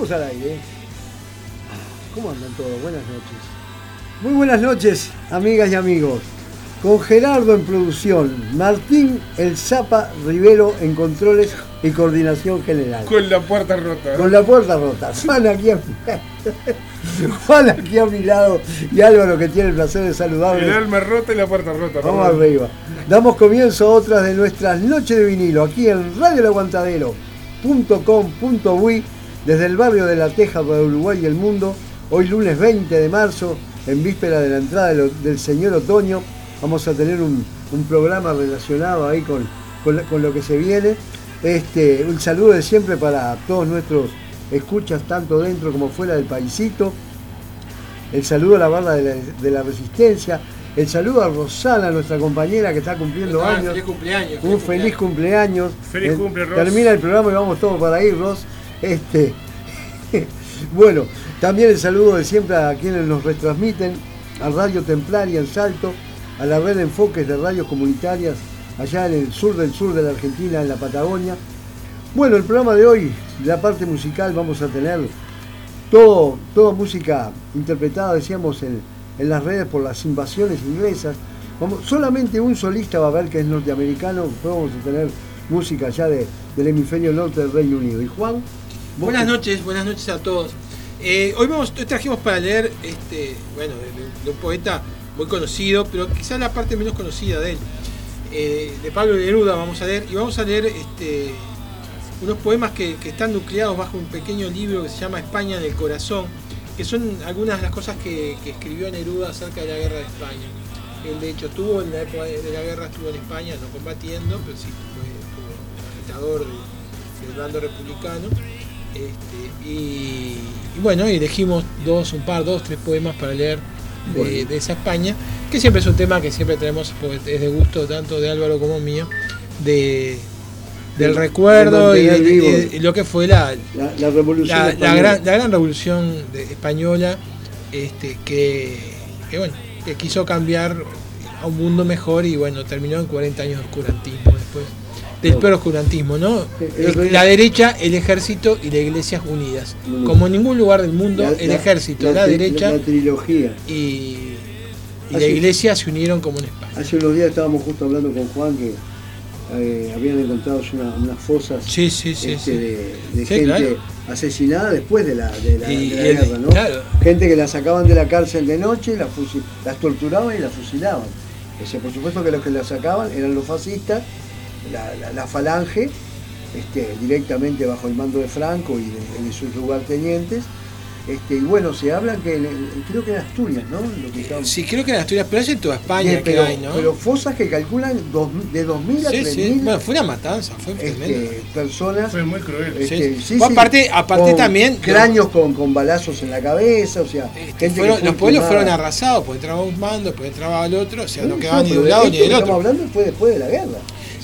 Estamos al aire. ¿Cómo andan todos? Buenas noches. Muy buenas noches, amigas y amigos. Con Gerardo en producción, Martín El Zapa Rivero en controles y coordinación general. Con la puerta rota. Con la puerta rota. Juan aquí a mi lado y Álvaro, que tiene el placer de saludarles. El alma rota y la puerta rota. Vamos arriba. Damos comienzo a otras de nuestras noches de vinilo aquí en radioelaguantadero.com.uy desde el barrio de La Teja para Uruguay y el mundo. Hoy lunes 20 de marzo, en víspera de la entrada del señor otoño, vamos a tener un programa relacionado ahí con lo que se viene. Un saludo de siempre para todos nuestros escuchas, tanto dentro como fuera del paisito. El saludo a la barra de la Resistencia. El saludo a Rosana, nuestra compañera que está cumpliendo años. Feliz cumpleaños. Un feliz cumpleaños. Feliz cumple, Ros. Termina el programa y vamos todos para ahí, Ros. Bueno, también el saludo de siempre a quienes nos retransmiten, a Radio Templaria en Salto, a la red de enfoques de radios comunitarias allá en el sur del la Argentina, en la Patagonia. Bueno, el programa de hoy, la parte musical, vamos a tener toda música interpretada, decíamos, en las redes por las invasiones inglesas. Solamente un solista va a haber, que es norteamericano. Después vamos a tener música ya del hemisferio norte del Reino Unido. Y Juan, buenas noches a todos. Hoy trajimos para leer de un poeta muy conocido, pero quizás la parte menos conocida de él, de Pablo Neruda. Vamos a leer unos poemas que están nucleados bajo un pequeño libro que se llama España en el corazón, que son algunas de las cosas que escribió Neruda acerca de la guerra de España. Él, de hecho, estuvo en la época de la guerra, estuvo en España, no combatiendo, pero sí fue agitador del bando republicano. Y elegimos dos, tres poemas para leer de esa España, que siempre es un tema que siempre tenemos, porque es de gusto tanto de Álvaro como mío, del recuerdo y lo que fue la revolución la gran revolución española, que quiso cambiar a un mundo mejor, y terminó en 40 años de oscurantismo después. Del peor oscurantismo, ¿no? La derecha, el ejército y la iglesia unidas. Como en ningún lugar del mundo, el ejército, la derecha la trilogía y la iglesia se unieron como en España. Hace unos días estábamos justo hablando con Juan que habían encontrado unas fosas de gente, claro, asesinada después de la guerra, ¿no? Claro. Gente que la sacaban de la cárcel de noche, las torturaban y las fusilaban. Por supuesto que los que la sacaban eran los fascistas, la falange, directamente bajo el mando de Franco y de sus lugartenientes. Se habla que creo que en Asturias, ¿no? Sí, creo que en Asturias, pero es en toda España que hay, ¿no? Pero fosas que calculan de 2.000 a 3.000. Sí. Bueno, fue una matanza, fue tremendo. Personas. Fue muy cruel. Aparte también. Cráneos con balazos en la cabeza, o sea. Los pueblos fueron arrasados, porque entraba un mando, después entraba el otro, o sea, no quedaba ni de un lado ni del otro. Estamos hablando después de la guerra.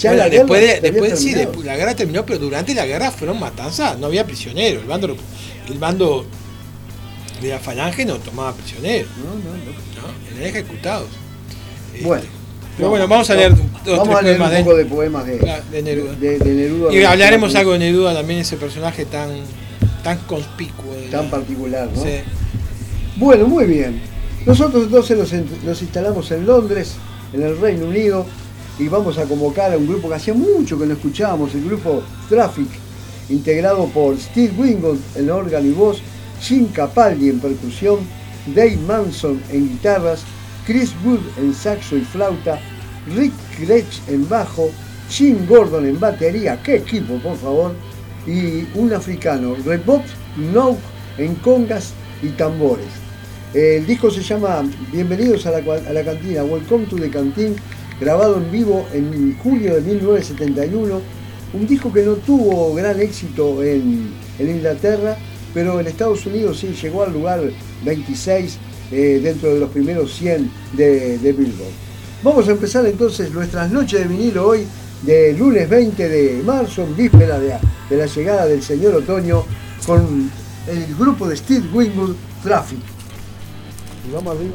La guerra terminó, pero durante la guerra fueron matanzas, no había prisioneros. El bando de la falange no tomaba prisioneros, no, eran ejecutados. Vamos a leer dos poemas de Neruda. De Neruda. Y hablaremos algo de Neruda también, ese personaje tan conspicuo. Tan particular, ¿no? Sí. Bueno, muy bien. Nosotros entonces nos instalamos en Londres, en el Reino Unido, y vamos a convocar a un grupo que hacía mucho que no escuchábamos, el grupo Traffic, integrado por Steve Wingold en órgano y voz, Jim Capaldi en percusión, Dave Manson en guitarras, Chris Wood en saxo y flauta, Rick Gretsch en bajo, Jim Gordon en batería, qué equipo por favor, y un africano, Rebop Nouk en congas y tambores. El disco se llama Bienvenidos a la Cantina, Welcome to the Canteen, grabado en vivo en julio de 1971, un disco que no tuvo gran éxito en Inglaterra, pero en Estados Unidos sí llegó al lugar 26 dentro de los primeros 100 de Billboard. Vamos a empezar entonces nuestras noches de vinilo hoy, de lunes 20 de marzo, en víspera de la llegada del señor otoño, con el grupo de Steve Winwood, Traffic. Y vamos arriba.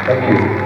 Thank you.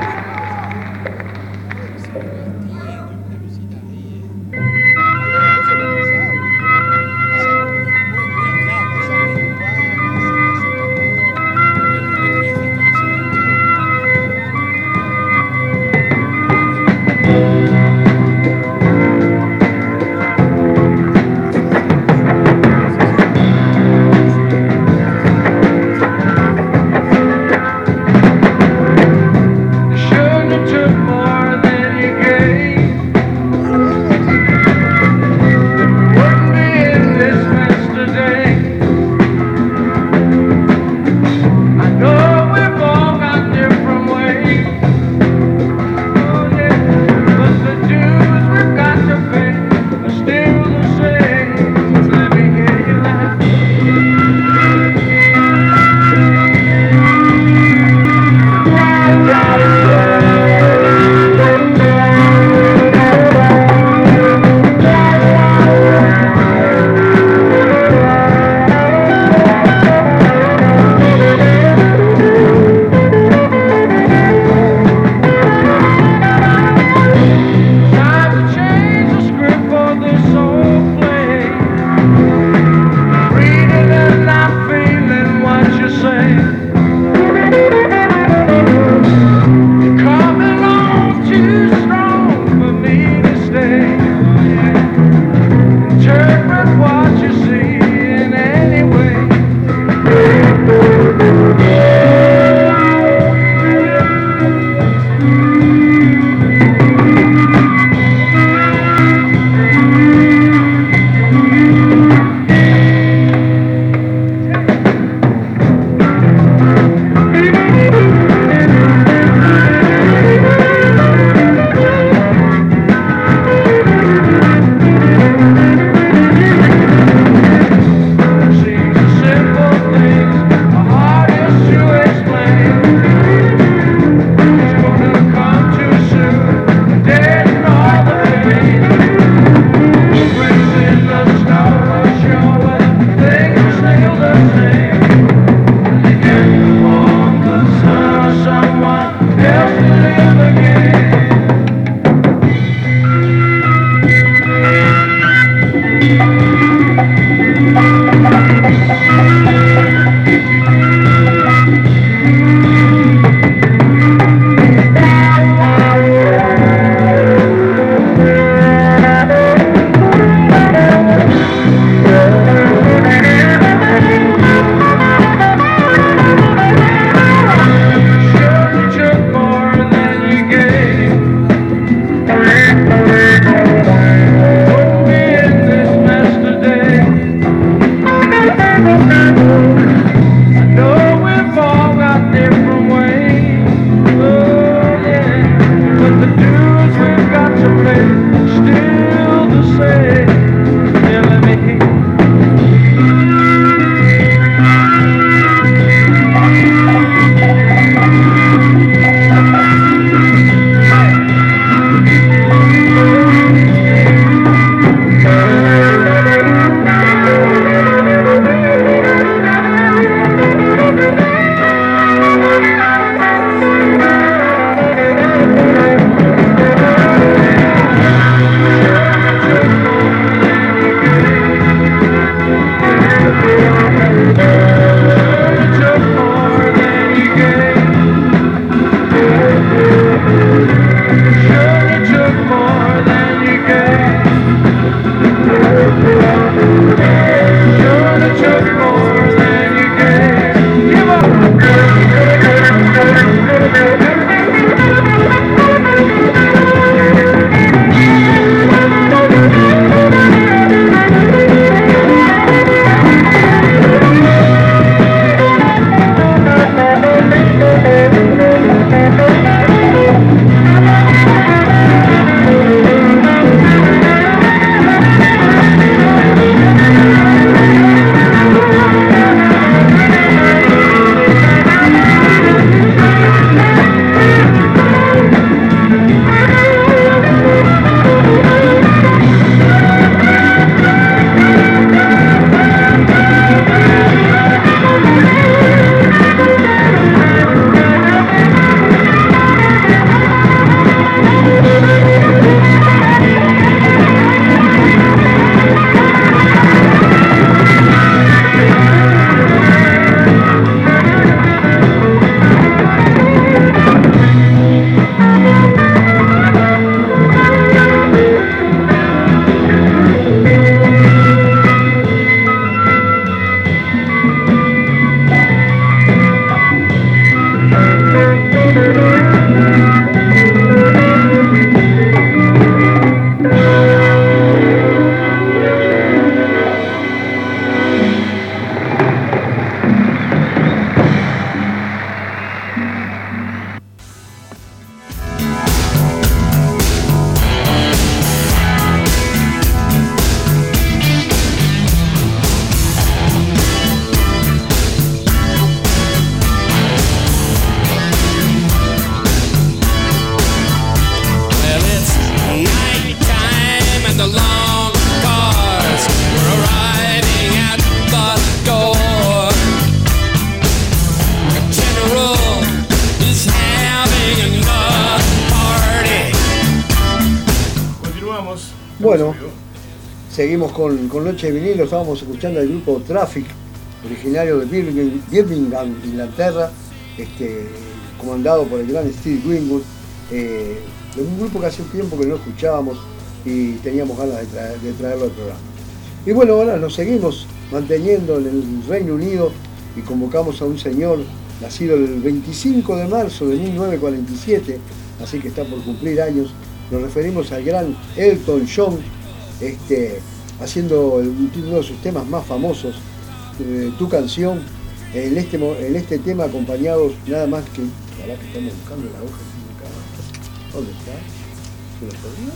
Bueno, seguimos con Noche de Vinilo. Estábamos escuchando al grupo Traffic, originario de Birmingham, Inglaterra, comandado por el gran Steve Winwood. Un grupo que hace un tiempo que no escuchábamos y teníamos ganas de traerlo al programa. Y bueno, ahora nos seguimos manteniendo en el Reino Unido y convocamos a un señor nacido el 25 de marzo de 1947, así que está por cumplir años. Nos referimos al gran Elton John, haciendo uno de sus temas más famosos, Tu Canción, en este tema acompañados nada más que... La verdad que estamos buscando la hoja acá. ¿Dónde está? ¿Se lo perdió?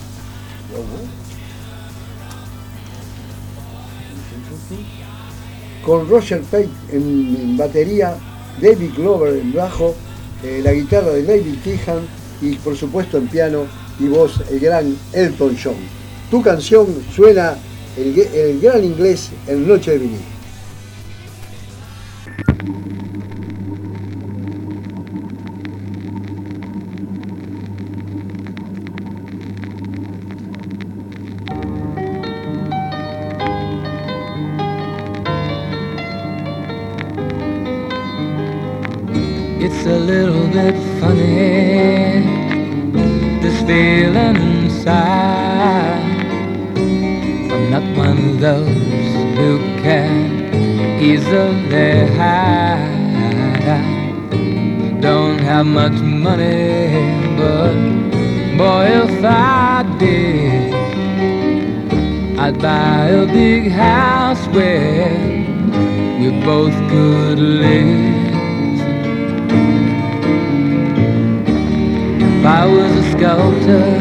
Con Roger Pate en batería, David Glover en bajo, la guitarra de David Keehan y por supuesto en piano y voz el gran Elton John. Tu Canción suena el gran inglés en Noche de Vinilo. It's a little bit funny, this feeling inside. I'm not one of those who can easily hide. I don't have much money, but boy, if I did, I'd buy a big house where we both could live. If I was a sculptor,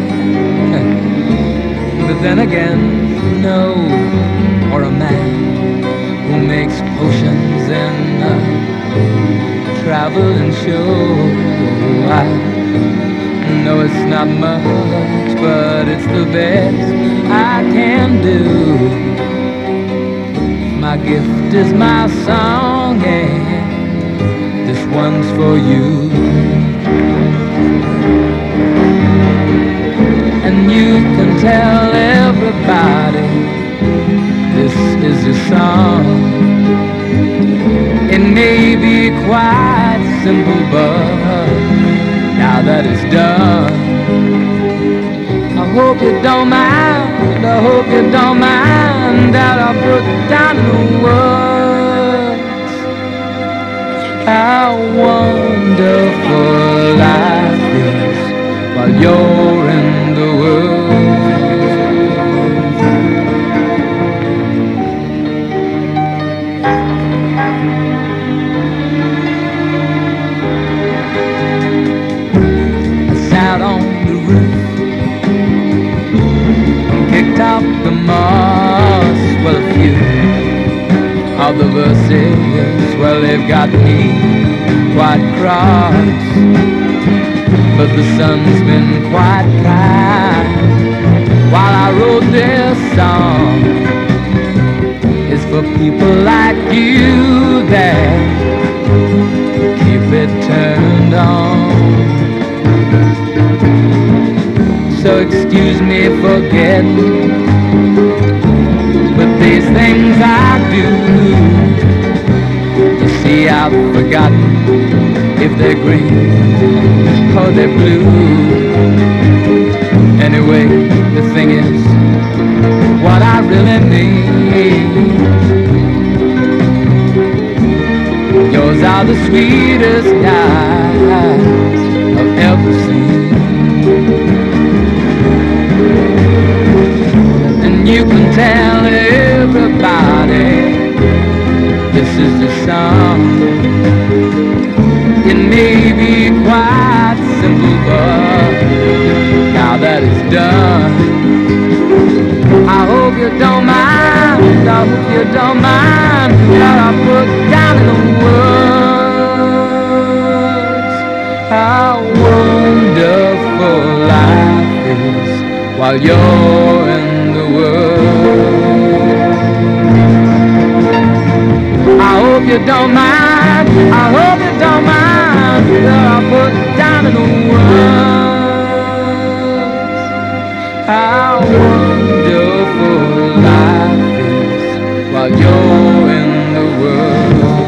but then again, no, or a man who makes potions in a traveling show. I know it's not much, but it's the best I can do. My gift is my song, and this one's for you. And you can tell everybody this is your song. It may be quite simple, but now that it's done, I hope you don't mind, I hope you don't mind that I put down the words how wonderful life is while you're in the world. I sat on the roof and kicked up the moss. Well, a few of the verses, well, they've got me quite cross. But the sun's been quite kind while I wrote this song. It's for people like you that keep it turned on. So excuse me for getting, but these things I do, you see I've forgotten if they're green or they're blue. Anyway, the thing is, what I really need, yours are the sweetest eyes I've ever seen. And you can tell everybody this is the song. It may be quite simple, but now that it's done, I hope you don't mind, I hope you don't mind that I put down in the words how wonderful life is while you're in the world. I hope you don't mind, I hope you don't mind that I put down in the words how wonderful beautiful life is while you're in the world.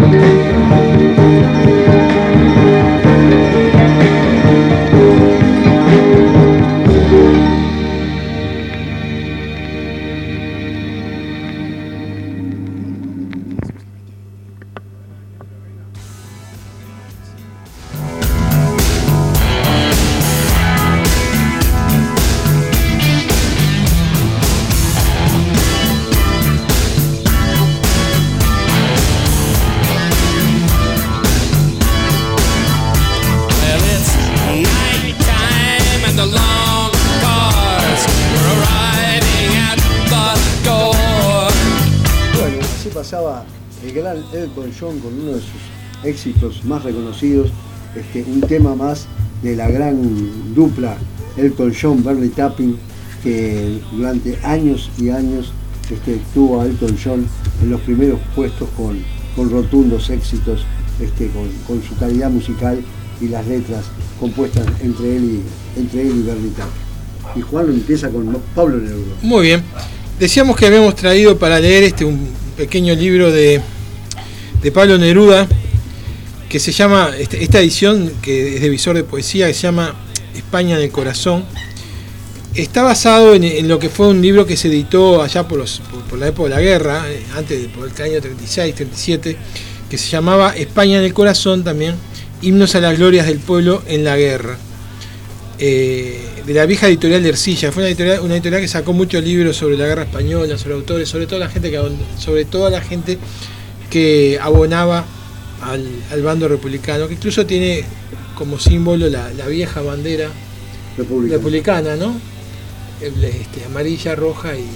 Pasaba el gran Elton John con uno de sus éxitos más reconocidos, un tema más de la gran dupla Elton John, Bernie Taupin, que durante años y años tuvo a Elton John en los primeros puestos con rotundos éxitos, con su calidad musical y las letras compuestas entre él y Bernie Taupin. Y Juan empieza con Pablo Neruda. Muy bien. Decíamos que habíamos traído para leer un pequeño libro de Pablo Neruda, que se llama, esta edición que es de Visor de Poesía, que se llama España en el Corazón. Está basado en lo que fue un libro que se editó allá por la época de la guerra, por el año 36, 37, que se llamaba España en el Corazón también, Himnos a las glorias del pueblo en la guerra. De la vieja editorial de Ercilla. Fue una editorial que sacó muchos libros sobre la guerra española, sobre autores, sobre toda la gente que abonaba al bando republicano, que incluso tiene como símbolo la vieja bandera republicana, ¿no? Amarilla, roja y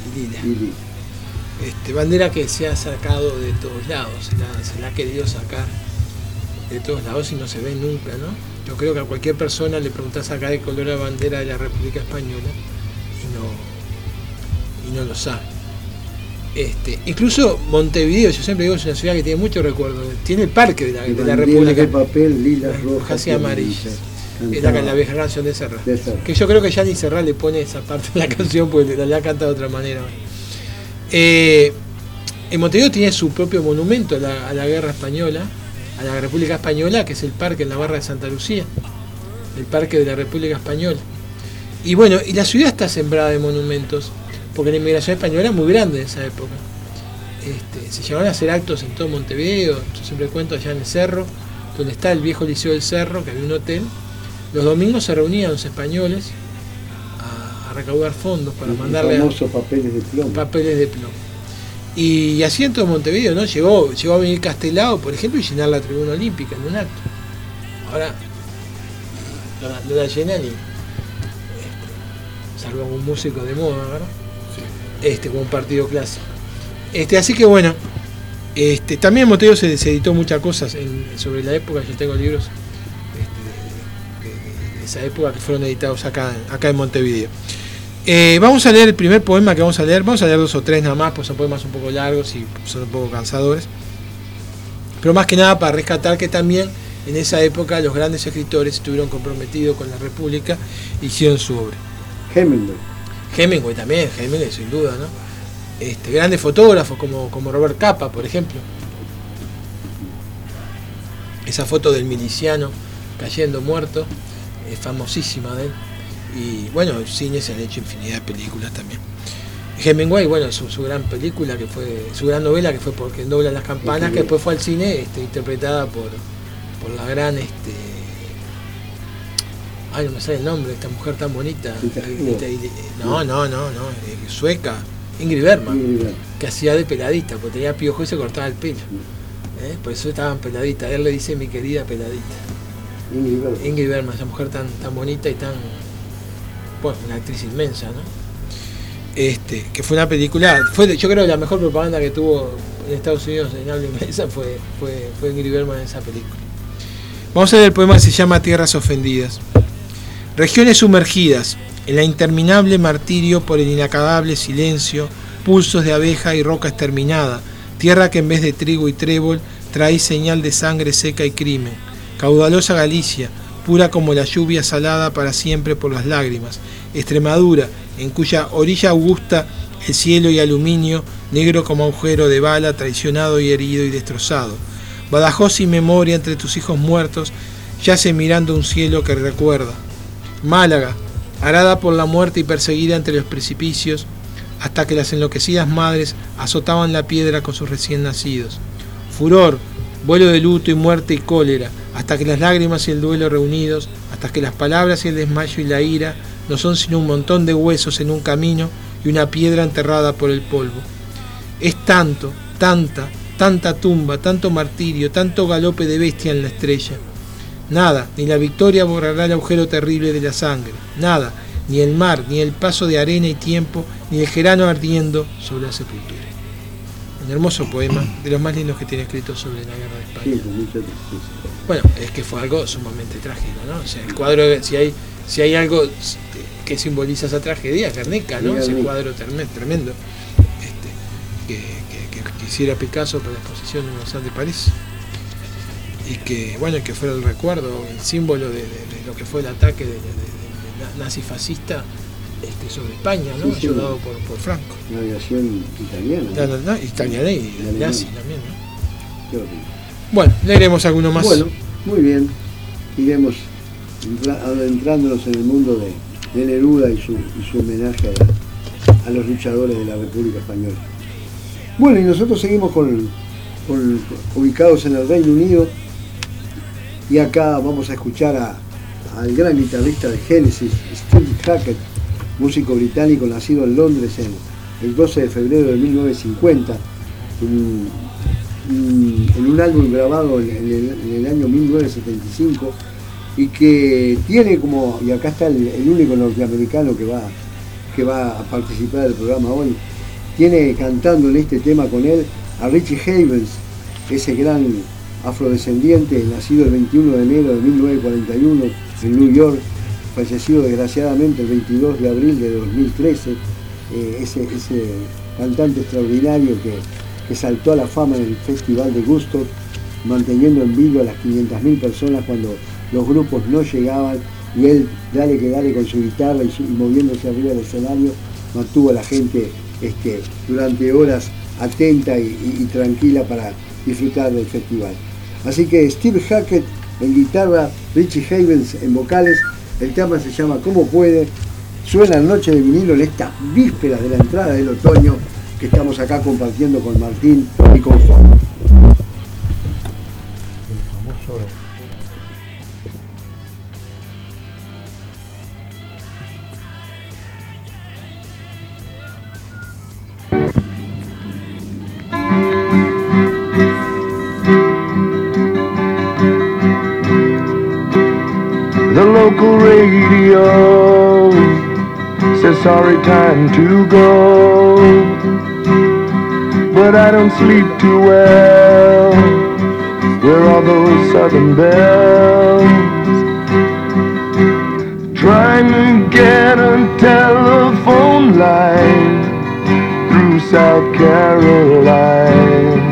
lila. Bandera que se ha sacado de todos lados, se la ha querido sacar de todos lados y no se ve nunca, ¿no? Yo creo que a cualquier persona le preguntás acá de color la bandera de la República Española y no lo sabe. Incluso Montevideo, yo siempre digo, es una ciudad que tiene muchos recuerdos. Tiene el parque de la República. De papel, lilas, rojas y amarillas. Es la vieja canción de Serrat. Que yo creo que ya ni Serrat le pone esa parte de la canción porque la canta de otra manera. En Montevideo tiene su propio monumento a la guerra española, a la República Española, que es el parque en la Barra de Santa Lucía, el parque de la República Española. Y bueno, y la ciudad está sembrada de monumentos, porque la inmigración española era muy grande en esa época. Se llegaron a hacer actos en todo Montevideo. Yo siempre cuento allá en el Cerro, donde está el viejo Liceo del Cerro, que había un hotel. Los domingos se reunían los españoles a recaudar fondos para mandarle famosos papeles de plomo. Y así en todo Montevideo, ¿no? Llegó a venir Castelao, por ejemplo, y llenar la tribuna olímpica en un acto. Ahora no la llenan y salvo un músico de moda, ¿verdad? Sí. Como un partido clásico. Así que bueno, también en Montevideo se editó muchas cosas sobre la época. Yo tengo libros de esa época que fueron editados acá en Montevideo. Vamos a leer el primer poema que vamos a leer 2 o 3 nada más, pues son poemas un poco largos y son un poco cansadores, pero más que nada para rescatar que también en esa época los grandes escritores estuvieron comprometidos con la República y hicieron su obra. Hemingway también, Hemingway sin duda, ¿no? Grandes fotógrafos como Robert Capa, por ejemplo, esa foto del miliciano cayendo muerto es famosísima de él. Y bueno, en cine se han hecho infinidad de películas también. Hemingway, bueno, su gran película, que fue su gran novela, que fue Porque doblan las campanas, que después fue al cine, interpretada por la gran, ay, no me sale el nombre, esta mujer tan bonita, sueca, Ingrid Bergman, que hacía de peladita, porque tenía piojo y se cortaba el pelo. Por eso estaban peladitas. Él le dice mi querida peladita. Ingrid Bergman, esa mujer tan bonita y tan, bueno, una actriz inmensa, ¿no? Que fue una película, yo creo que la mejor propaganda que tuvo en Estados Unidos en habla inglesa fue Ingrid Bergman en esa película. Vamos a ver el poema que se llama Tierras ofendidas. Regiones sumergidas en la interminable martirio por el inacabable silencio, pulsos de abeja y roca exterminada, tierra que en vez de trigo y trébol trae señal de sangre seca y crimen, caudalosa Galicia, pura como la lluvia salada para siempre por las lágrimas, Extremadura, en cuya orilla augusta el cielo y aluminio, negro como agujero de bala, traicionado y herido y destrozado. Badajoz sin memoria entre tus hijos muertos, yace mirando un cielo que recuerda. Málaga, arada por la muerte y perseguida entre los precipicios, hasta que las enloquecidas madres azotaban la piedra con sus recién nacidos. Furor, vuelo de luto y muerte y cólera, hasta que las lágrimas y el duelo reunidos, hasta que las palabras y el desmayo y la ira no son sino un montón de huesos en un camino y una piedra enterrada por el polvo. Es tanto, tanta tumba, tanto martirio, tanto galope de bestia en la estrella. Nada, ni la victoria borrará el agujero terrible de la sangre. Nada, ni el mar, ni el paso de arena y tiempo, ni el gerano ardiendo sobre la sepultura. Un hermoso poema, de los más lindos que tiene escrito sobre la guerra de España. Sí, con mucha tristeza. Bueno, es que fue algo sumamente trágico, ¿no? O sea, el cuadro, si hay algo que simboliza esa tragedia, Guernica, ¿no? Ese cuadro tremendo que hiciera Picasso para la exposición universal de París. Y que, bueno, que fuera el recuerdo, el símbolo de lo que fue el ataque de nazi-fascista sobre España, ¿no? Sí, Ayudado por Franco. La aviación italiana. Italiana y nazi también, ¿no? Qué horrible. Bueno, leeremos alguno más. Bueno, muy bien. Iremos adentrándonos en el mundo de Neruda y su homenaje a los luchadores de la República Española. Bueno, y nosotros seguimos ubicados en el Reino Unido, y acá vamos a escuchar al gran guitarrista de Genesis, Steve Hackett, músico británico nacido en Londres el 12 de febrero de 1950, en un álbum grabado en el año 1975, y que tiene como, y acá está el único norteamericano que va a participar del programa hoy, tiene cantando en este tema con él a Richie Havens, ese gran afrodescendiente nacido el 21 de enero de 1941 en New York, fallecido desgraciadamente el 22 de abril de 2013, ese cantante extraordinario que saltó a la fama en el Festival de Woodstock, manteniendo en vilo a las 500.000 personas cuando los grupos no llegaban, y él, dale que dale con su guitarra y moviéndose arriba del escenario, mantuvo a la gente durante horas atenta y tranquila para disfrutar del festival. Así que Steve Hackett en guitarra, Richie Havens en vocales, el tema se llama Como Puede, suena Noche de Vinilo en estas vísperas de la entrada del otoño que estamos acá compartiendo con Martín y con Juan. El famoso... The local radio says sorry, time to go, but I don't sleep too well. Where are those southern bells? Trying to get a telephone line through South Carolina.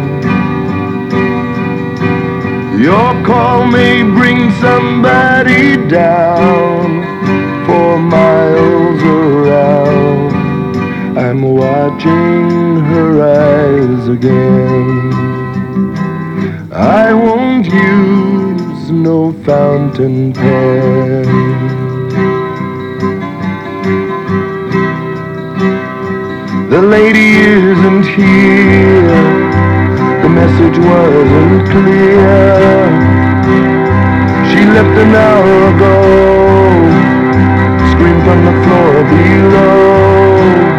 Your call may bring somebody down 4 miles around. I'm watching her eyes again. I won't use no fountain pen. The lady isn't here. The message wasn't clear. She left an hour ago. Screamed from the floor below.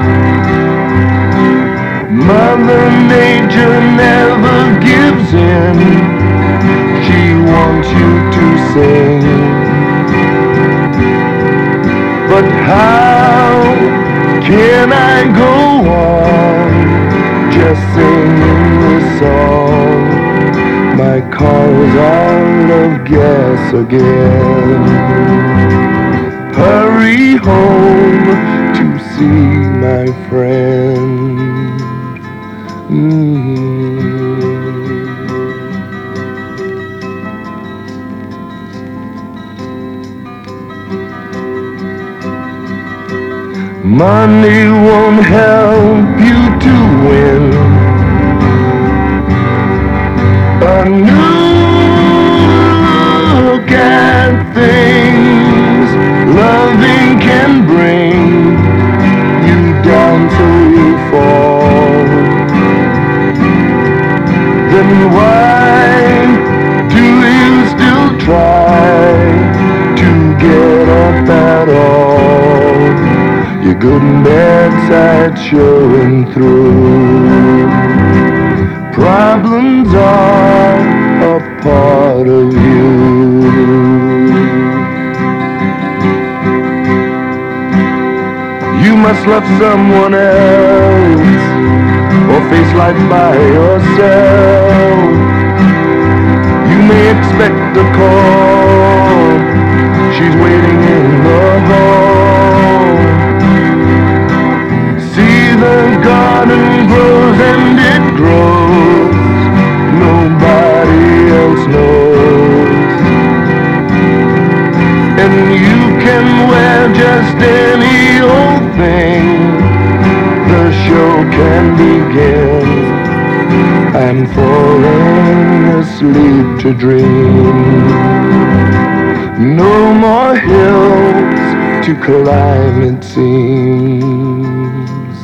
Mother Nature never gives in. She wants you to sing. But how can I go on just singing this song? My car's out of gas again. Hurry home to see my friend. Money won't help you to win a new look at things. Loving can bring you down so you fall. Then why do you still try to get up at all? Your good and bad side showing through. Problems are a part of you. You must love someone else or face life by yourself. You may expect a call, she's waiting in the hall. See, the garden grows and it grows, nobody else knows. And you can wear just any old thing, the show can begin. I'm falling asleep to dream. No more hills to climb, it seems.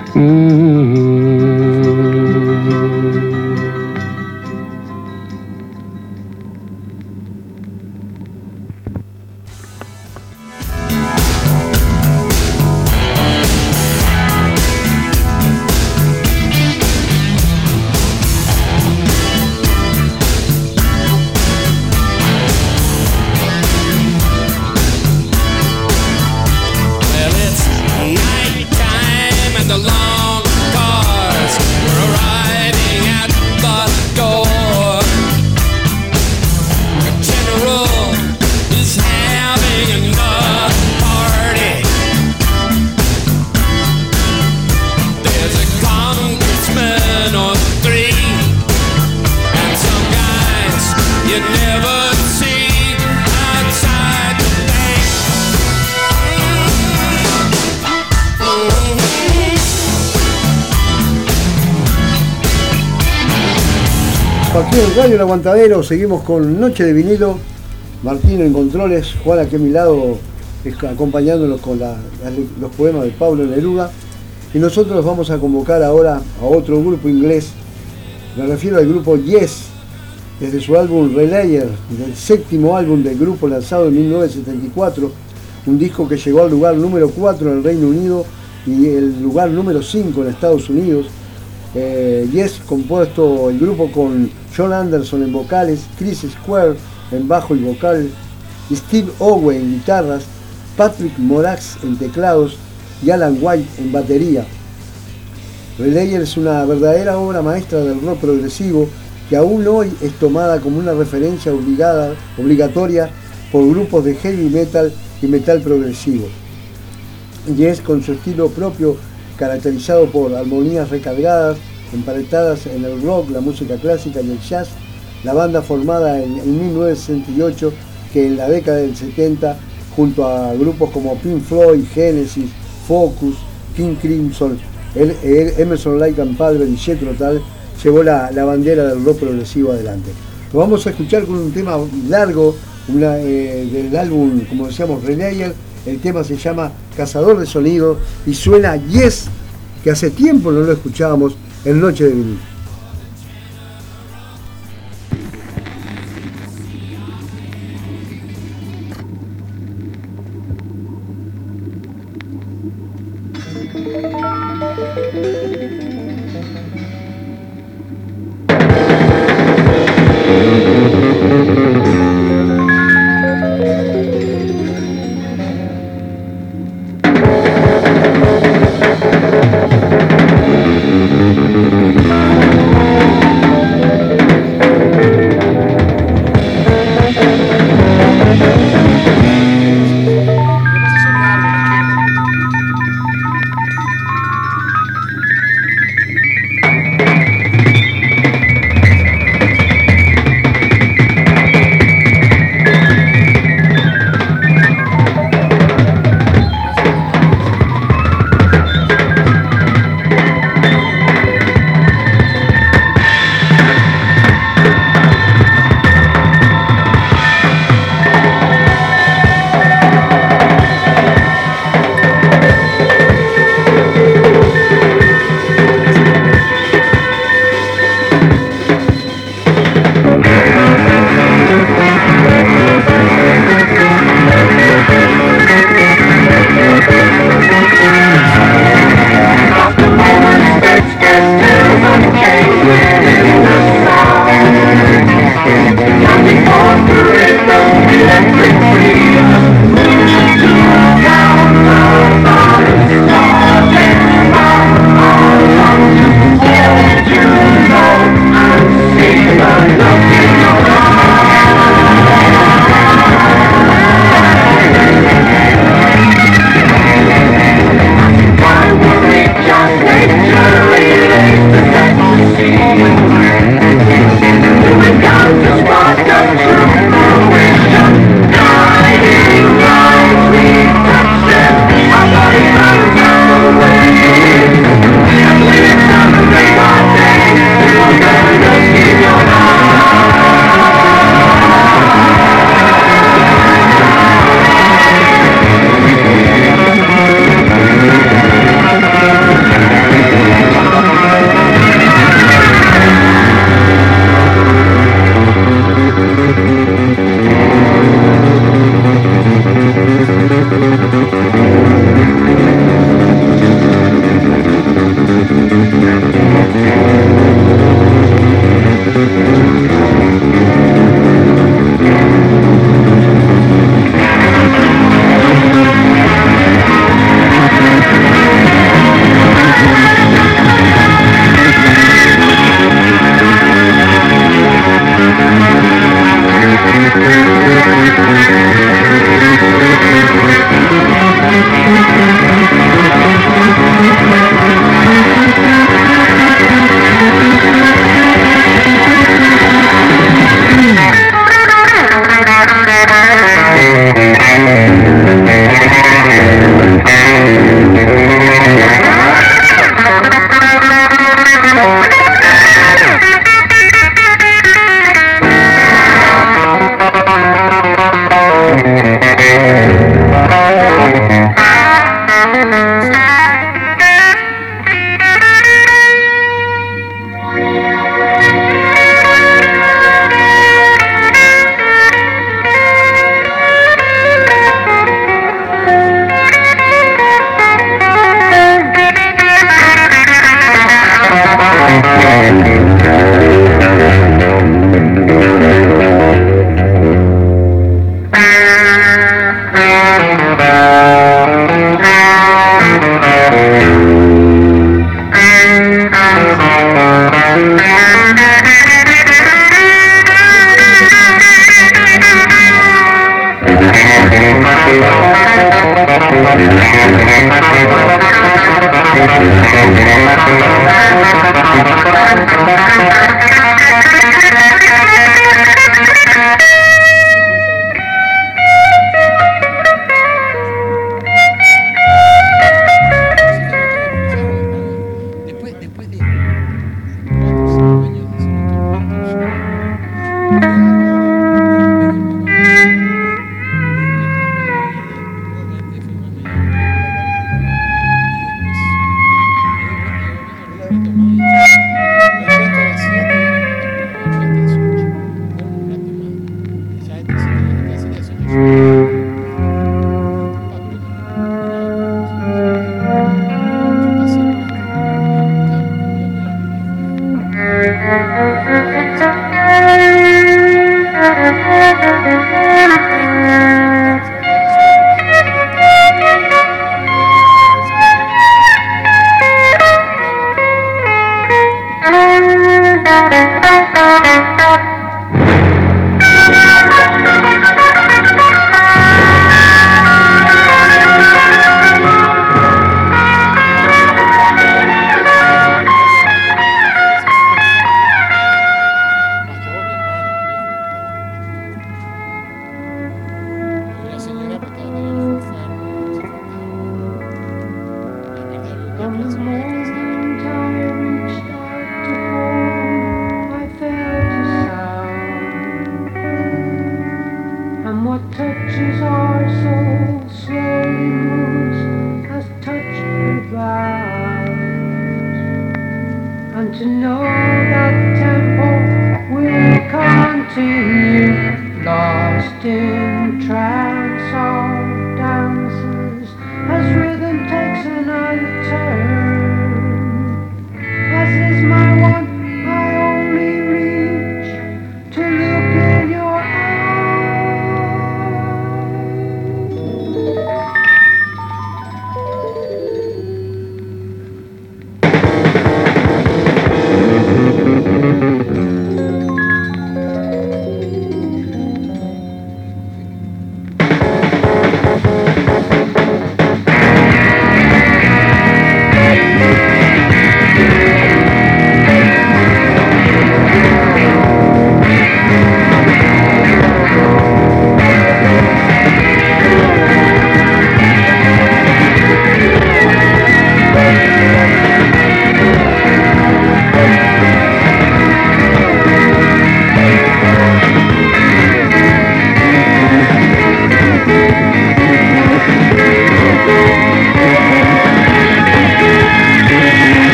Aquí en Radio El Aguantadero seguimos con Noche de Vinilo. Martín en controles, Juan aquí a mi lado acompañándonos con los poemas de Pablo Neruda. Y nosotros los vamos a convocar ahora a otro grupo inglés. Me refiero al grupo Yes, desde su álbum Relayer, del séptimo álbum del grupo lanzado en 1974, un disco que llegó al lugar número 4 en el Reino Unido y el lugar número 5 en Estados Unidos. Yes, compuesto el grupo con John Anderson en vocales, Chris Square en bajo y vocal, Steve Owen en guitarras, Patrick Morax en teclados y Alan White en batería. Relayer es una verdadera obra maestra del rock progresivo que aún hoy es tomada como una referencia obligatoria por grupos de heavy metal y metal progresivo. Yes, con su estilo propio, caracterizado por armonías recargadas, emparentadas en el rock, la música clásica y el jazz, la banda formada en 1968, que en la década del 70, junto a grupos como Pink Floyd, Genesis, Focus, King Crimson, Emerson, Lake and Palmer y Jethro Tull, llevó la bandera del rock progresivo adelante. Lo vamos a escuchar con un tema largo del álbum, como decíamos, Relayer. El tema se llama Cazador de Sonido y suena Yes, que hace tiempo no lo escuchábamos en Noche de Vinilo.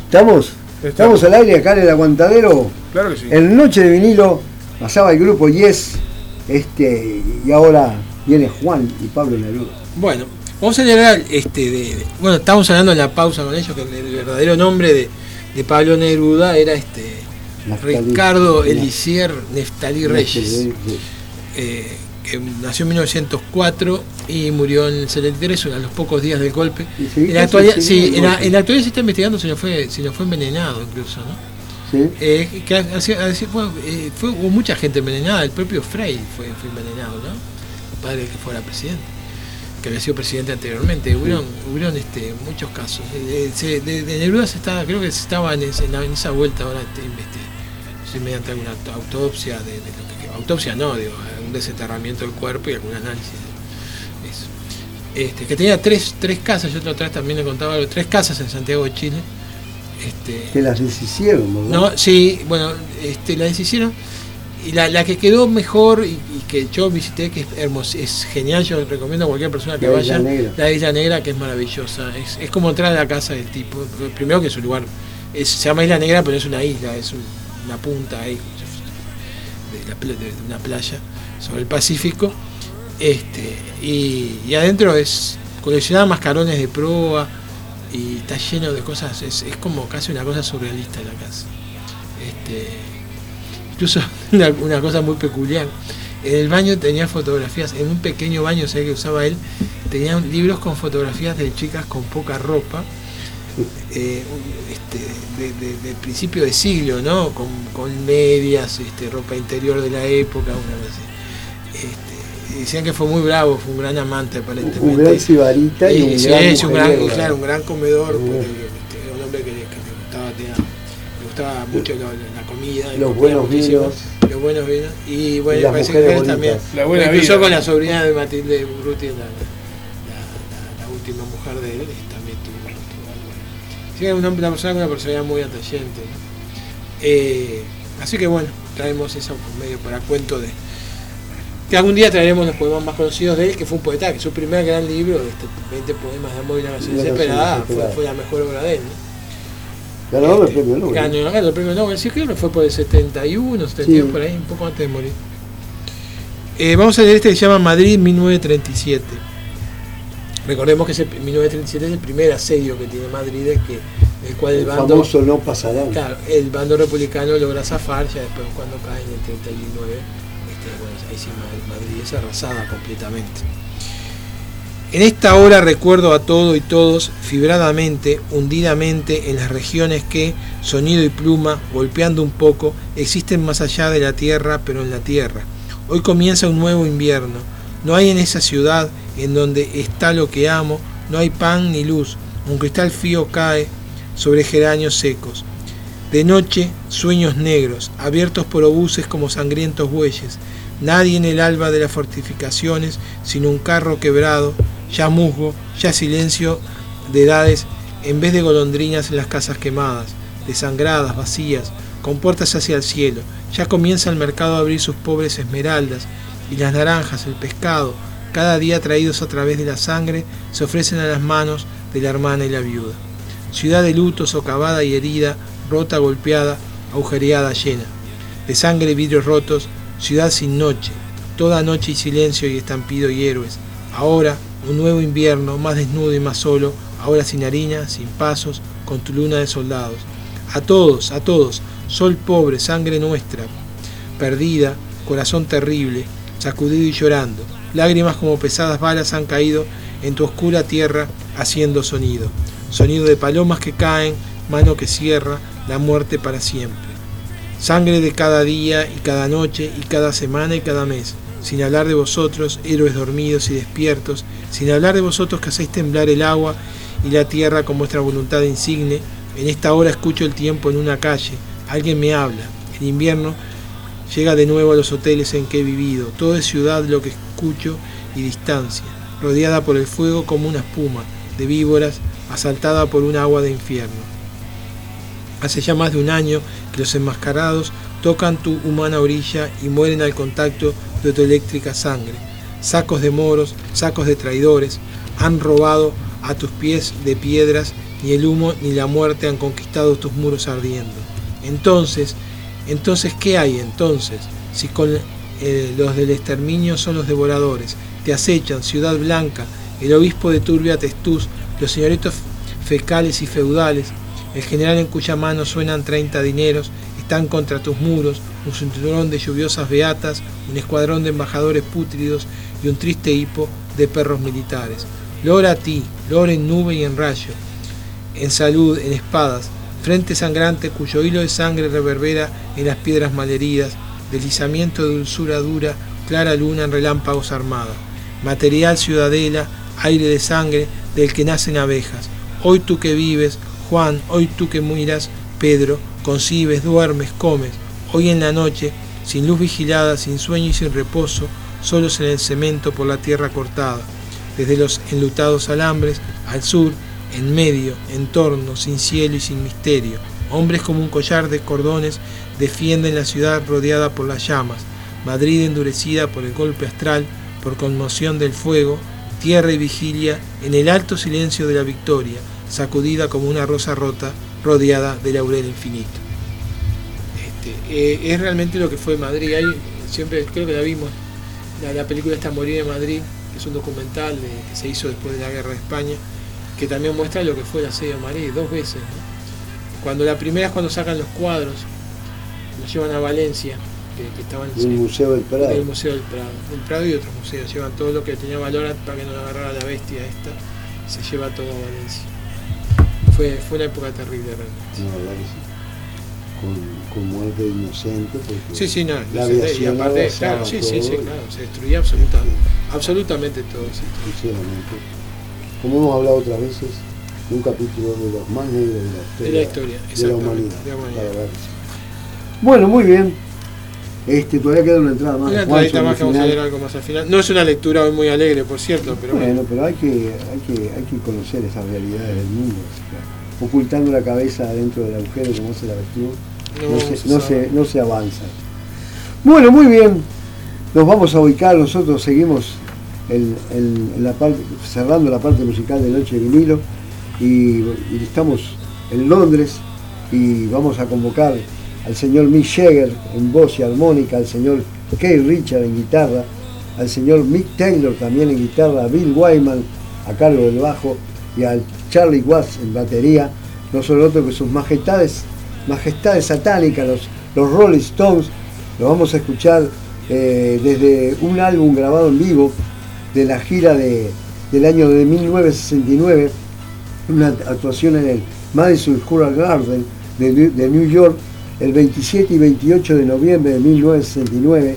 Estamos al aire acá en el Aguantadero. Claro que sí. En Noche de Vinilo pasaba el grupo Yes, y ahora viene Juan y Pablo Neruda. Bueno, vamos a llegar bueno, estábamos hablando en la pausa con ellos que el verdadero nombre de Pablo Neruda era Ricardo Elisier Neftalí Reyes, que nació en 1904 y murió en el 73, a los pocos días del golpe. En la actualidad, en la actualidad se está investigando si no fue envenenado incluso, ¿no? ¿Sí? Hubo mucha gente envenenada, el propio Frey fue envenenado, ¿no? El padre que fuera presidente, que había sido presidente anteriormente. Hubieron muchos casos. De Neruda creo que se estaba en esa vuelta ahora mediante alguna autopsia, un desenterramiento del cuerpo y algún análisis de eso. Que tenía tres casas, yo otra vez también le contaba, 3 casas en Santiago de Chile. Que las deshicieron, ¿verdad? No, sí, bueno, la deshicieron. Y la que quedó mejor y que yo visité, que es hermosa, es genial, yo recomiendo a cualquier persona que vaya, la Isla Negra, que es maravillosa. Es como entrar a la casa del tipo. Primero que es un lugar, se llama Isla Negra, pero es una isla, es una punta ahí de una playa sobre el Pacífico. Y adentro coleccionaba mascarones de proa y está lleno de cosas, es como casi una cosa surrealista la casa. Incluso una cosa muy peculiar, en el baño tenía fotografías, en un pequeño baño que usaba él, tenía libros con fotografías de chicas con poca ropa, del principio de siglo, ¿no? Con medias, ropa interior de la época, una vez así. Decían que fue muy bravo, fue un gran amante aparentemente. Un gran sibarita y un gran comedor, porque era un hombre que le gustaba mucho la comida, los buenos vinos, y bueno, y las parece mujeres que también incluso con la sobrina de Matilde Urruti, la última mujer de él, también tuvo algo. Sí, era una persona con una personalidad muy atrayente, ¿no? Así que bueno, traemos eso por medio para cuento que algún día traeremos los poemas más conocidos de él, que fue un poeta, que su primer gran libro, 20 poemas de amor y una canción desesperada, fue la mejor obra de él, ¿no? Ganador del premio Nobel. Ganó el premio Nobel, sí, creo que fue por el 71, 72, sí. Por ahí, un poco antes de morir. Vamos a leer que se llama Madrid 1937. Recordemos que 1937 es el primer asedio que tiene Madrid, el cual el bando famoso no pasará. Claro, el bando republicano logra zafar, ya después cuando cae en el 39, bueno, ahí sí Madrid es arrasada completamente. En esta hora recuerdo a todo y todos, fibradamente, hundidamente, en las regiones que, sonido y pluma, golpeando un poco, existen más allá de la tierra, pero en la tierra. Hoy comienza un nuevo invierno. No hay en esa ciudad, en donde está lo que amo, no hay pan ni luz. Un cristal frío cae sobre geranios secos. De noche, sueños negros, abiertos por obuses como sangrientos bueyes. Nadie en el alba de las fortificaciones, sino un carro quebrado, ya musgo, ya silencio de edades, en vez de golondrinas en las casas quemadas, desangradas, vacías, con puertas hacia el cielo. Ya comienza el mercado a abrir sus pobres esmeraldas, y las naranjas, el pescado, cada día traídos a través de la sangre, se ofrecen a las manos de la hermana y la viuda. Ciudad de luto, socavada y herida, rota, golpeada, agujereada, llena. De sangre, vidrios rotos, ciudad sin noche, toda noche y silencio y estampido y héroes. Ahora, un nuevo invierno, más desnudo y más solo, ahora sin harina, sin pasos, con tu luna de soldados. A todos, sol pobre, sangre nuestra, perdida, corazón terrible, sacudido y llorando. Lágrimas como pesadas balas han caído en tu oscura tierra, haciendo sonido. Sonido de palomas que caen, mano que cierra, la muerte para siempre. Sangre de cada día y cada noche y cada semana y cada mes. Sin hablar de vosotros, héroes dormidos y despiertos, sin hablar de vosotros que hacéis temblar el agua y la tierra con vuestra voluntad insigne. En esta hora escucho el tiempo en una calle, alguien me habla. El invierno llega de nuevo a los hoteles en que he vivido. Todo es ciudad lo que escucho y distancia, rodeada por el fuego como una espuma de víboras, asaltada por un agua de infierno. Hace ya más de un año que los enmascarados tocan tu humana orilla y mueren al contacto de tu eléctrica sangre. Sacos de moros, sacos de traidores, han robado a tus pies de piedras ni el humo ni la muerte han conquistado tus muros ardiendo. Entonces, ¿qué hay entonces? Si con los del exterminio son los devoradores, te acechan, ciudad blanca, el obispo de turbia testuz, los señoritos fecales y feudales, el general en cuya mano suenan 30 dineros, están contra tus muros, un cinturón de lluviosas beatas, un escuadrón de embajadores pútridos y un triste hipo de perros militares. Lora a ti, lora en nube y en rayo, en salud, en espadas, frente sangrante cuyo hilo de sangre reverbera en las piedras malheridas, deslizamiento de dulzura dura, clara luna en relámpagos armada, material ciudadela, aire de sangre del que nacen abejas. Hoy tú que vives, Juan, hoy tú que miras, Pedro, concibes, duermes, comes, hoy en la noche, sin luz vigilada, sin sueño y sin reposo, solos en el cemento por la tierra cortada, desde los enlutados alambres, al sur, en medio, en torno, sin cielo y sin misterio, hombres como un collar de cordones defienden la ciudad rodeada por las llamas, Madrid endurecida por el golpe astral, por conmoción del fuego, tierra y vigilia en el alto silencio de la victoria, sacudida como una rosa rota, rodeada de laurel infinito. Es realmente lo que fue Madrid. Hay, siempre creo que la vimos, la película esta Morir en Madrid, que es un documental que se hizo después de la Guerra de España, que también muestra lo que fue el asedio de Madrid, 2 veces, ¿no? Cuando la primera es cuando sacan los cuadros, los llevan a Valencia, que estaban en el Museo del Prado. El Museo del Prado y otros museos, llevan todo lo que tenía valor para que no lo agarrara la bestia esta, se lleva todo a Valencia. Fue una época terrible realmente. No, la verdad que sí. Con muerte inocente, porque sí, no, la aviación, y aparte, claro, sí, claro, se destruía absolutamente todo. Sinceramente, como hemos hablado otras veces, un capítulo de los más negros de la historia de la humanidad. Bueno, muy bien. Todavía queda una entrada más. Una entradita más que vamos a leer algo más al final. No es una lectura hoy muy alegre, por cierto, pero bueno, pero hay que conocer esas realidades del mundo. Ocultando la cabeza dentro del agujero como se la vestió, no se avanza. Bueno, muy bien. Nos vamos a ubicar, nosotros seguimos en la parte, cerrando la parte musical de Noche de Vinilo y estamos en Londres y vamos a convocar al señor Mick Jagger en voz y armónica, al señor Keith Richards en guitarra, al señor Mick Taylor también en guitarra, a Bill Wyman a cargo del bajo y al Charlie Watts en batería. No son otros que sus majestades satánicas, los Rolling Stones. Lo vamos a escuchar desde un álbum grabado en vivo de la gira del año de 1969, una actuación en el Madison Square Garden de New York el 27 y 28 de noviembre de 1969,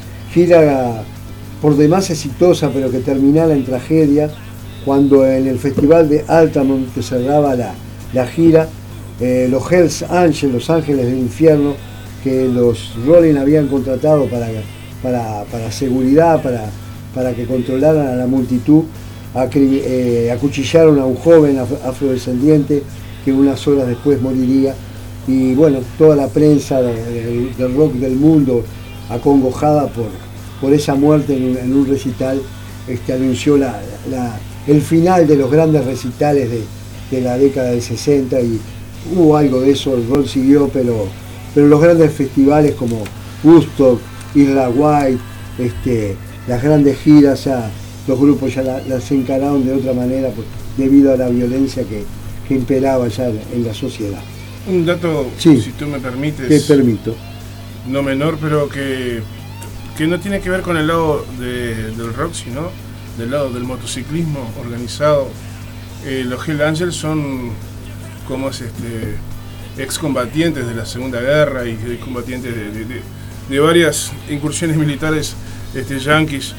gira por demás exitosa pero que terminaba en tragedia cuando en el festival de Altamont que cerraba la gira, los Hells Angels, los Ángeles del Infierno, que los Rolling habían contratado para seguridad, para que controlaran a la multitud, acuchillaron a un joven afrodescendiente que unas horas después moriría. Y bueno, toda la prensa del rock del mundo, acongojada por esa muerte en un recital, anunció el final de los grandes recitales de la década del 60 y hubo algo de eso, el rock siguió, pero los grandes festivales como Woodstock, Isla White, las grandes giras, ya los grupos ya las encararon de otra manera debido a la violencia que imperaba ya en la sociedad. Un dato, sí, si tú me permites. Te permito. No menor, pero que no tiene que ver con el lado del rock, sino del lado del motociclismo organizado. Los Hells Angels son como excombatientes de la Segunda Guerra y combatientes de varias incursiones militares yanquis,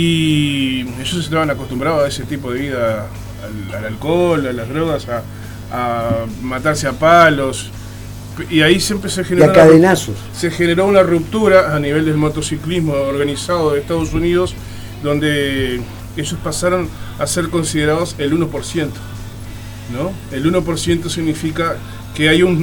y ellos estaban acostumbrados a ese tipo de vida, al alcohol, a las drogas, a matarse a palos, y ahí siempre se generó una ruptura a nivel del motociclismo organizado de Estados Unidos, donde ellos pasaron a ser considerados el 1%, ¿no? El 1% significa que hay un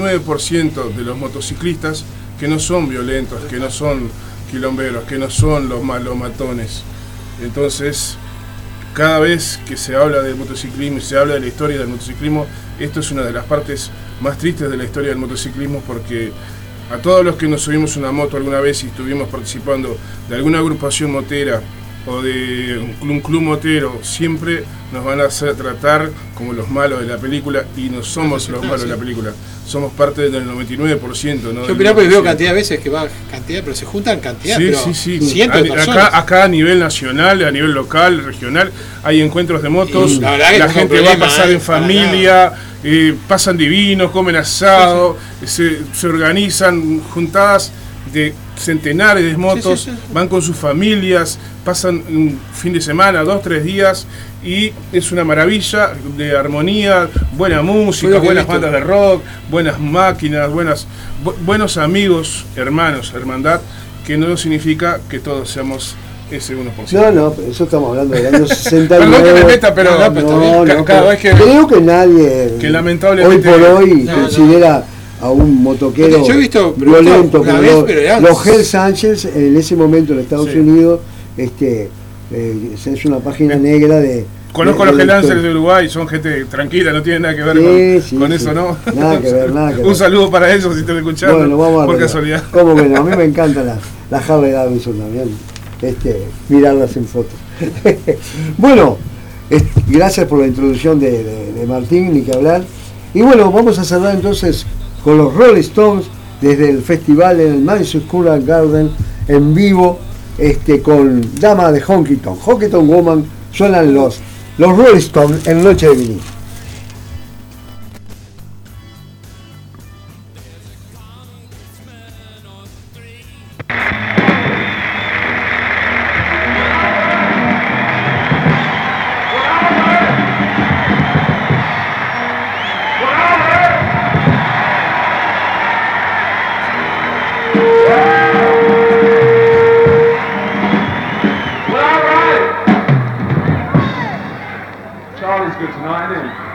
99% de los motociclistas que no son violentos, que no son quilomberos, que no son los matones. Entonces, cada vez que se habla de motociclismo y se habla de la historia del motociclismo, esto es una de las partes más tristes de la historia del motociclismo, porque a todos los que nos subimos una moto alguna vez y estuvimos participando de alguna agrupación motera o de un club motero, siempre nos van a hacer tratar como los malos de la película, y no somos los malos de la película, somos parte del 99%. ¿no? Yo opino porque veo cantidad de veces que va cantidad, pero se juntan cantidad, sí, pero sí. cientos de personas. Acá a nivel nacional, a nivel local, regional, hay encuentros de motos, Y la gente va a pasar en familia, pasan divinos, comen asado, se organizan juntadas de centenares de motos, van con sus familias, pasan un fin de semana, 2-3 días, y es una maravilla de armonía, buena música, buenas bandas de rock, buenas máquinas, buenos amigos, hermanos, hermandad, que no significa que todos seamos ese 1%. No, pero eso estamos hablando del año 69. Perdón que me meta, pero cada vez que creo que nadie que lamentablemente hoy por hoy considera a un motoquero yo he visto violento, pero los Hells Angels en ese momento en Estados Unidos, es una página negra de... Conozco a los Hells Angels de Uruguay, son gente tranquila, no tiene nada que ver con eso, ¿no? Nada que ver. Un saludo para ellos si están escuchando, bueno, vamos a por ver. casualidad. ¿Cómo que no? A mí me encantan las Harley Davidson también, mirarlas en fotos. Bueno, gracias por la introducción de Martín, ni que hablar. Y bueno, vamos a cerrar entonces con los Rolling Stones desde el festival en el Madison Square Garden en vivo, con Dama de Honky Tonk Woman. Suenan los Rolling Stones en Noche de Vinil. Charlie's good tonight, isn't he?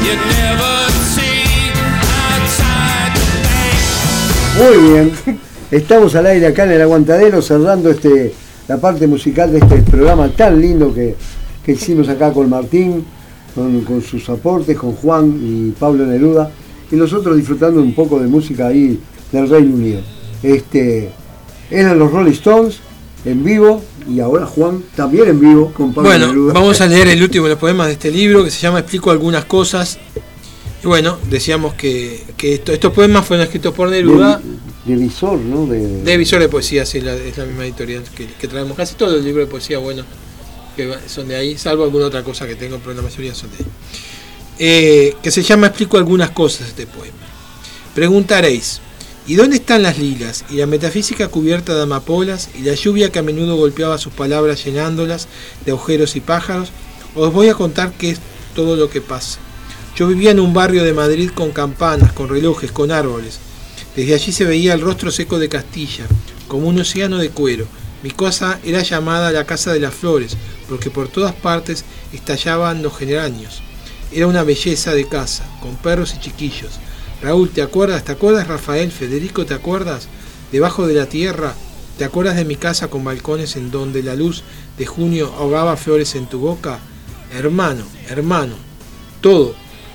Muy bien, estamos al aire acá en el Aguantadero cerrando la parte musical de este programa tan lindo que hicimos acá con Martín, con sus aportes, con Juan y Pablo Neruda, y nosotros disfrutando un poco de música ahí del Reino Unido. Eran los Rolling Stones en vivo, y ahora Juan también en vivo con Pablo Neruda. Vamos a leer el último de los poemas de este libro que se llama Explico algunas cosas. Y bueno, decíamos que estos poemas fueron escritos por Neruda. De Visor, ¿no? De Visor de Poesía, sí, es la misma editorial que traemos. Casi todos los libros de poesía, bueno, que son de ahí, salvo alguna otra cosa que tengo, pero la mayoría son de ahí. Que se llama Explico algunas cosas este poema. Preguntaréis, ¿y dónde están las lilas, y la metafísica cubierta de amapolas, y la lluvia que a menudo golpeaba sus palabras llenándolas de agujeros y pájaros? Os voy a contar qué es todo lo que pasa. Yo vivía en un barrio de Madrid con campanas, con relojes, con árboles. Desde allí se veía el rostro seco de Castilla, como un océano de cuero. Mi casa era llamada la Casa de las Flores, porque por todas partes estallaban los geranios. Era una belleza de casa, con perros y chiquillos. Raúl, ¿te acuerdas? ¿Te acuerdas, Rafael? Federico, ¿te acuerdas? Debajo de la tierra, ¿te acuerdas de mi casa con balcones en donde la luz de junio ahogaba flores en tu boca? Hermano, todo,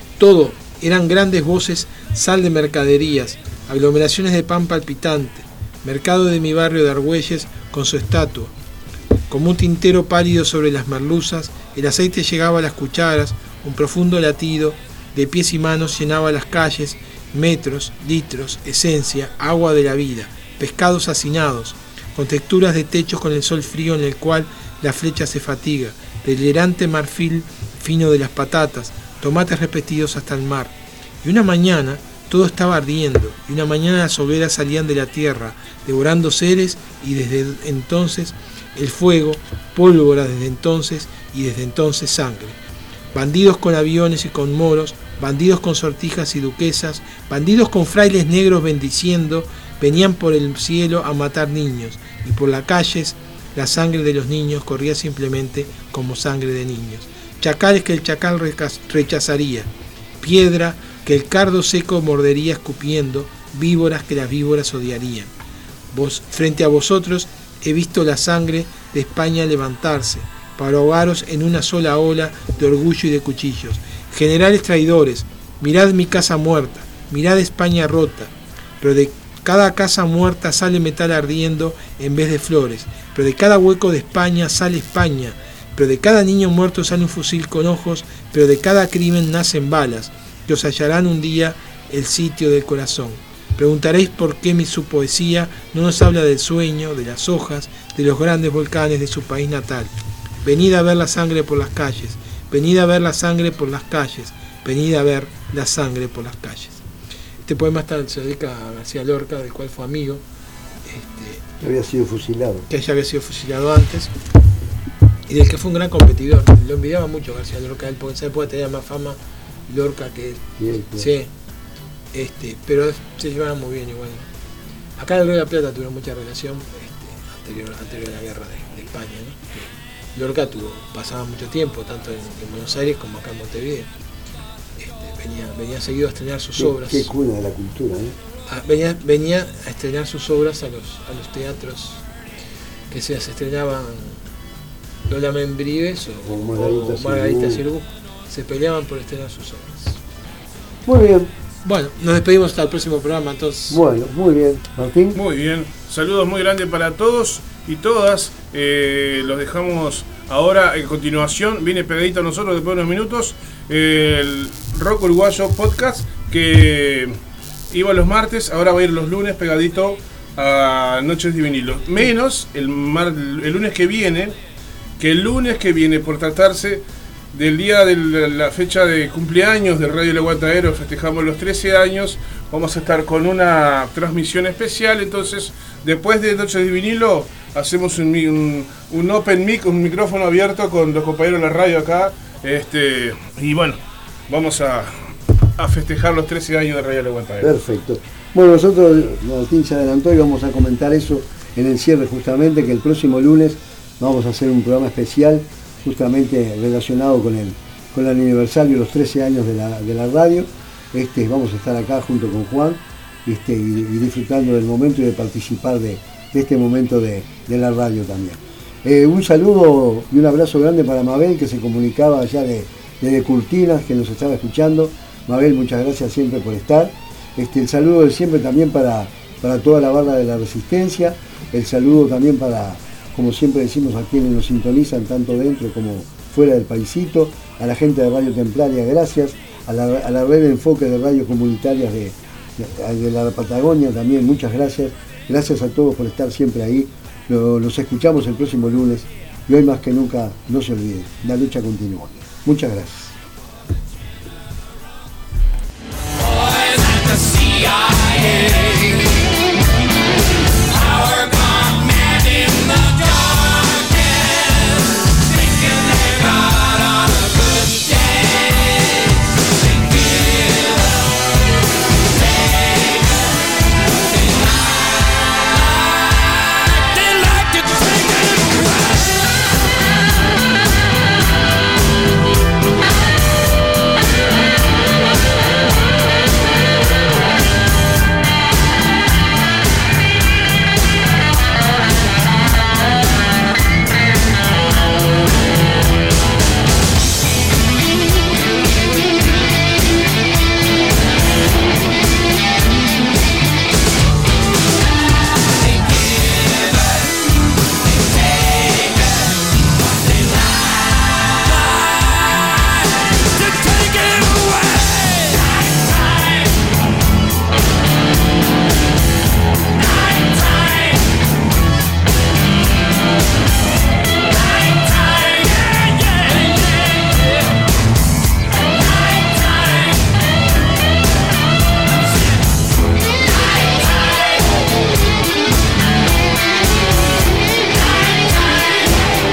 eran grandes voces, sal de mercaderías, aglomeraciones de pan palpitante, mercado de mi barrio de Argüelles con su estatua. Como un tintero pálido sobre las merluzas, el aceite llegaba a las cucharas, un profundo latido de pies y manos llenaba las calles, metros, litros, esencia, agua de la vida, pescados hacinados, con texturas de techos con el sol frío en el cual la flecha se fatiga, del hilarante marfil fino de las patatas, tomates repetidos hasta el mar. Y una mañana todo estaba ardiendo, y una mañana las hogueras salían de la tierra, devorando seres, y desde entonces el fuego, pólvora desde entonces, y desde entonces sangre. Bandidos con aviones y con moros, bandidos con sortijas y duquesas, bandidos con frailes negros bendiciendo, venían por el cielo a matar niños, y por las calles la sangre de los niños corría simplemente como sangre de niños. Chacales que el chacal rechazaría, piedra que el cardo seco mordería escupiendo, víboras que las víboras odiarían. Frente a vosotros he visto la sangre de España levantarse, para ahogaros en una sola ola de orgullo y de cuchillos. Generales traidores, mirad mi casa muerta, mirad España rota, pero de cada casa muerta sale metal ardiendo en vez de flores, pero de cada hueco de España sale España, pero de cada niño muerto sale un fusil con ojos, pero de cada crimen nacen balas, que os hallarán un día el sitio del corazón. Preguntaréis por qué su poesía no nos habla del sueño, de las hojas, de los grandes volcanes de su país natal. Venid a ver la sangre por las calles, venid a ver la sangre por las calles, venid a ver la sangre por las calles. Este poema se dedica a García Lorca, del cual fue amigo. Había sido fusilado. Que ya había sido fusilado antes. Y del que fue un gran competidor. Lo envidiaba mucho García Lorca, él, porque en esa época tenía más fama Lorca que él. Bien, sí. Pero se llevaban muy bien igual. Acá en el Río de la Plata tuvieron mucha relación anterior a la guerra de España, ¿no? Lorca pasaba mucho tiempo, tanto en Buenos Aires como acá en Montevideo. Venía seguido a estrenar sus obras. Qué cuna de la cultura, venía a estrenar sus obras a los teatros que se estrenaban Lola Membrives o Margarita Sirgu. Se peleaban por estrenar sus obras. Muy bien. Bueno, nos despedimos hasta el próximo programa entonces. Bueno, muy bien. Martín. Muy bien. Saludos muy grandes para todos y todas. Los dejamos ahora en continuación. Viene pegadito a nosotros después de unos minutos. El Rock Uruguayo Podcast, que iba los martes, ahora va a ir los lunes pegadito a Noches de Vinilo. Menos el lunes que viene, por tratarse del día de la fecha de cumpleaños de Radio El Aguantadero, festejamos los 13 años, vamos a estar con una transmisión especial. Entonces, después de Noches de Vinilo, hacemos un open mic, un micrófono abierto con los compañeros de la radio acá, y bueno, vamos a festejar los 13 años de Radio El Aguantadero. Perfecto. Bueno, nosotros, Martín se adelantó y vamos a comentar eso en el cierre justamente, que el próximo lunes vamos a hacer un programa especial justamente relacionado con con el aniversario, los 13 años de la radio. Vamos a estar acá junto con Juan y disfrutando del momento y de participar de este momento de la radio también. Un saludo y un abrazo grande para Mabel, que se comunicaba allá desde Curtinas, que nos estaba escuchando. Mabel, muchas gracias siempre por estar. El saludo de siempre también para toda la barra de la Resistencia. El saludo también para, como siempre decimos, a quienes nos sintonizan tanto dentro como fuera del paisito. A la gente de Radio Templaria, gracias. A la red de enfoque de radios comunitarias de la Patagonia también, muchas gracias. Gracias a todos por estar siempre ahí. Los escuchamos el próximo lunes y hoy más que nunca, no se olviden, la lucha continúa. Muchas gracias.